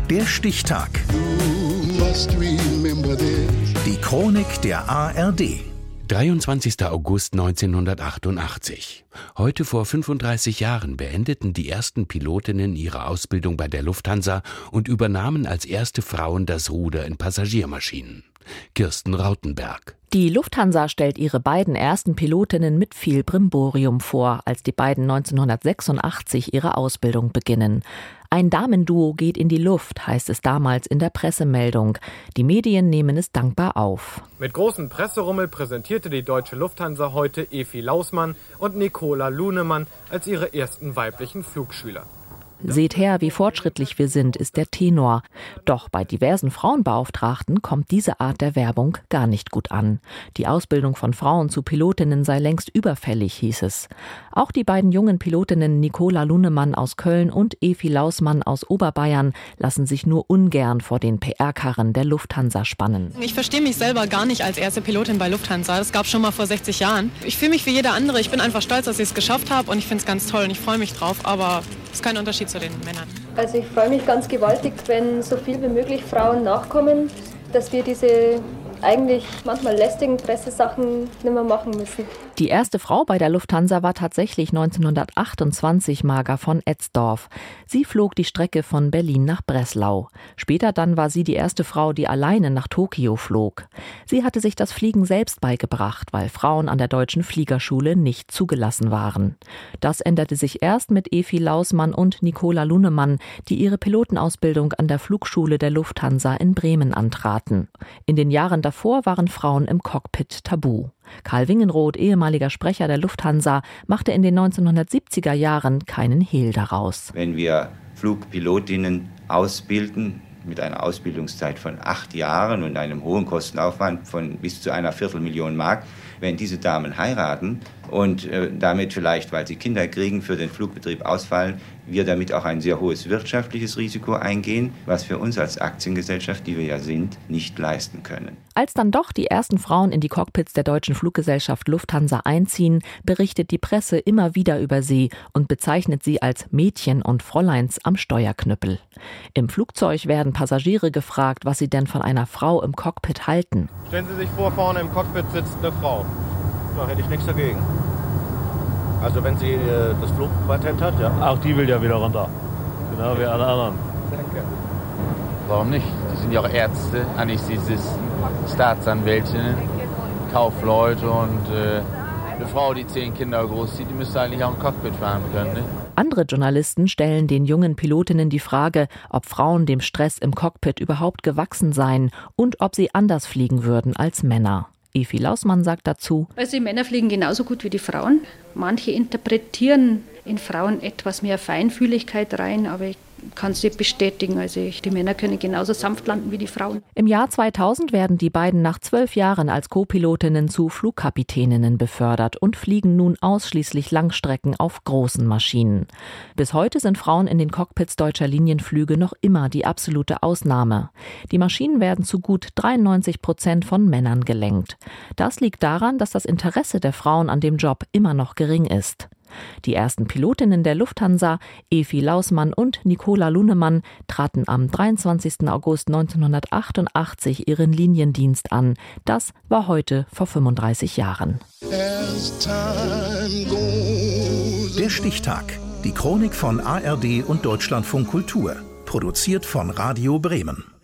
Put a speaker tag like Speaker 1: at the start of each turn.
Speaker 1: Der Stichtag. Die Chronik der ARD.
Speaker 2: 23. August 1988. Heute vor 35 Jahren beendeten die ersten Pilotinnen ihre Ausbildung bei der Lufthansa und übernahmen als erste Frauen das Ruder in Passagiermaschinen. Kirsten Rautenberg.
Speaker 3: Die Lufthansa stellt ihre beiden ersten Pilotinnen mit viel Brimborium vor, als die beiden 1986 ihre Ausbildung beginnen. Ein Damenduo geht in die Luft, heißt es damals in der Pressemeldung. Die Medien nehmen es dankbar auf.
Speaker 4: Mit großem Presserummel präsentierte die deutsche Lufthansa heute Evi Lausmann und Nicola Lunemann als ihre ersten weiblichen Flugschüler.
Speaker 3: Seht her, wie fortschrittlich wir sind, ist der Tenor. Doch bei diversen Frauenbeauftragten kommt diese Art der Werbung gar nicht gut an. Die Ausbildung von Frauen zu Pilotinnen sei längst überfällig, hieß es. Auch die beiden jungen Pilotinnen Nicola Lunemann aus Köln und Evi Lausmann aus Oberbayern lassen sich nur ungern vor den PR-Karren der Lufthansa spannen.
Speaker 5: Ich verstehe mich selber gar nicht als erste Pilotin bei Lufthansa. Das gab es schon mal vor 60 Jahren. Ich fühle mich wie jeder andere. Ich bin einfach stolz, dass ich es geschafft habe und ich finde es ganz toll und ich freue mich drauf. Aber es ist kein Unterschied zu den Männern.
Speaker 6: Also ich freue mich ganz gewaltig, wenn so viel wie möglich Frauen nachkommen, dass wir diese eigentlich manchmal lästigen Pressesachen nicht mehr machen müssen.
Speaker 3: Die erste Frau bei der Lufthansa war tatsächlich 1928 Marga von Etzdorf. Sie flog die Strecke von Berlin nach Breslau. Später dann war sie die erste Frau, die alleine nach Tokio flog. Sie hatte sich das Fliegen selbst beigebracht, weil Frauen an der deutschen Fliegerschule nicht zugelassen waren. Das änderte sich erst mit Evi Lausmann und Nicola Lunemann, die ihre Pilotenausbildung an der Flugschule der Lufthansa in Bremen antraten. In den Jahren davor waren Frauen im Cockpit tabu. Karl Wingenroth, ehemaliger Sprecher der Lufthansa, machte in den 1970er Jahren keinen Hehl daraus.
Speaker 7: Wenn wir Flugpilotinnen ausbilden, mit einer Ausbildungszeit von 8 Jahren und einem hohen Kostenaufwand von bis zu einer Viertelmillion Mark, wenn diese Damen heiraten und damit vielleicht, weil sie Kinder kriegen, für den Flugbetrieb ausfallen, wir damit auch ein sehr hohes wirtschaftliches Risiko eingehen, was wir uns als Aktiengesellschaft, die wir ja sind, nicht leisten können.
Speaker 3: Als dann doch die ersten Frauen in die Cockpits der deutschen Fluggesellschaft Lufthansa einziehen, berichtet die Presse immer wieder über sie und bezeichnet sie als Mädchen und Fräuleins am Steuerknüppel. Im Flugzeug werden Passagiere gefragt, was sie denn von einer Frau im Cockpit halten.
Speaker 4: Stellen Sie sich vor, vorne im Cockpit sitzt eine Frau. Da hätte ich nichts dagegen. Also wenn sie das Flugpatent hat, ja.
Speaker 8: Auch die will ja wieder runter. Genau wie alle anderen.
Speaker 4: Danke.
Speaker 9: Warum nicht? Die sind ja auch Ärzte, Anästhesisten, Staatsanwältinnen, Kaufleute und eine Frau, die 10 Kinder großzieht, die müsste eigentlich auch im Cockpit fahren können. Ne?
Speaker 3: Andere Journalisten stellen den jungen Pilotinnen die Frage, ob Frauen dem Stress im Cockpit überhaupt gewachsen seien und ob sie anders fliegen würden als Männer. Evi Lausmann sagt dazu:
Speaker 10: Also die Männer fliegen genauso gut wie die Frauen. Manche interpretieren in Frauen etwas mehr Feinfühligkeit rein, aber ich kann es nicht bestätigen. Also die Männer können genauso sanft landen wie die Frauen.
Speaker 3: Im Jahr 2000 werden die beiden nach 12 Jahren als Co-Pilotinnen zu Flugkapitäninnen befördert und fliegen nun ausschließlich Langstrecken auf großen Maschinen. Bis heute sind Frauen in den Cockpits deutscher Linienflüge noch immer die absolute Ausnahme. Die Maschinen werden zu gut 93% von Männern gelenkt. Das liegt daran, dass das Interesse der Frauen an dem Job immer noch gering ist. Die ersten Pilotinnen der Lufthansa, Evi Lausmann und Nicola Lunemann, traten am 23. August 1988 ihren Liniendienst an. Das war heute vor 35 Jahren.
Speaker 1: Der Stichtag. Die Chronik von ARD und Deutschlandfunk Kultur. Produziert von Radio Bremen.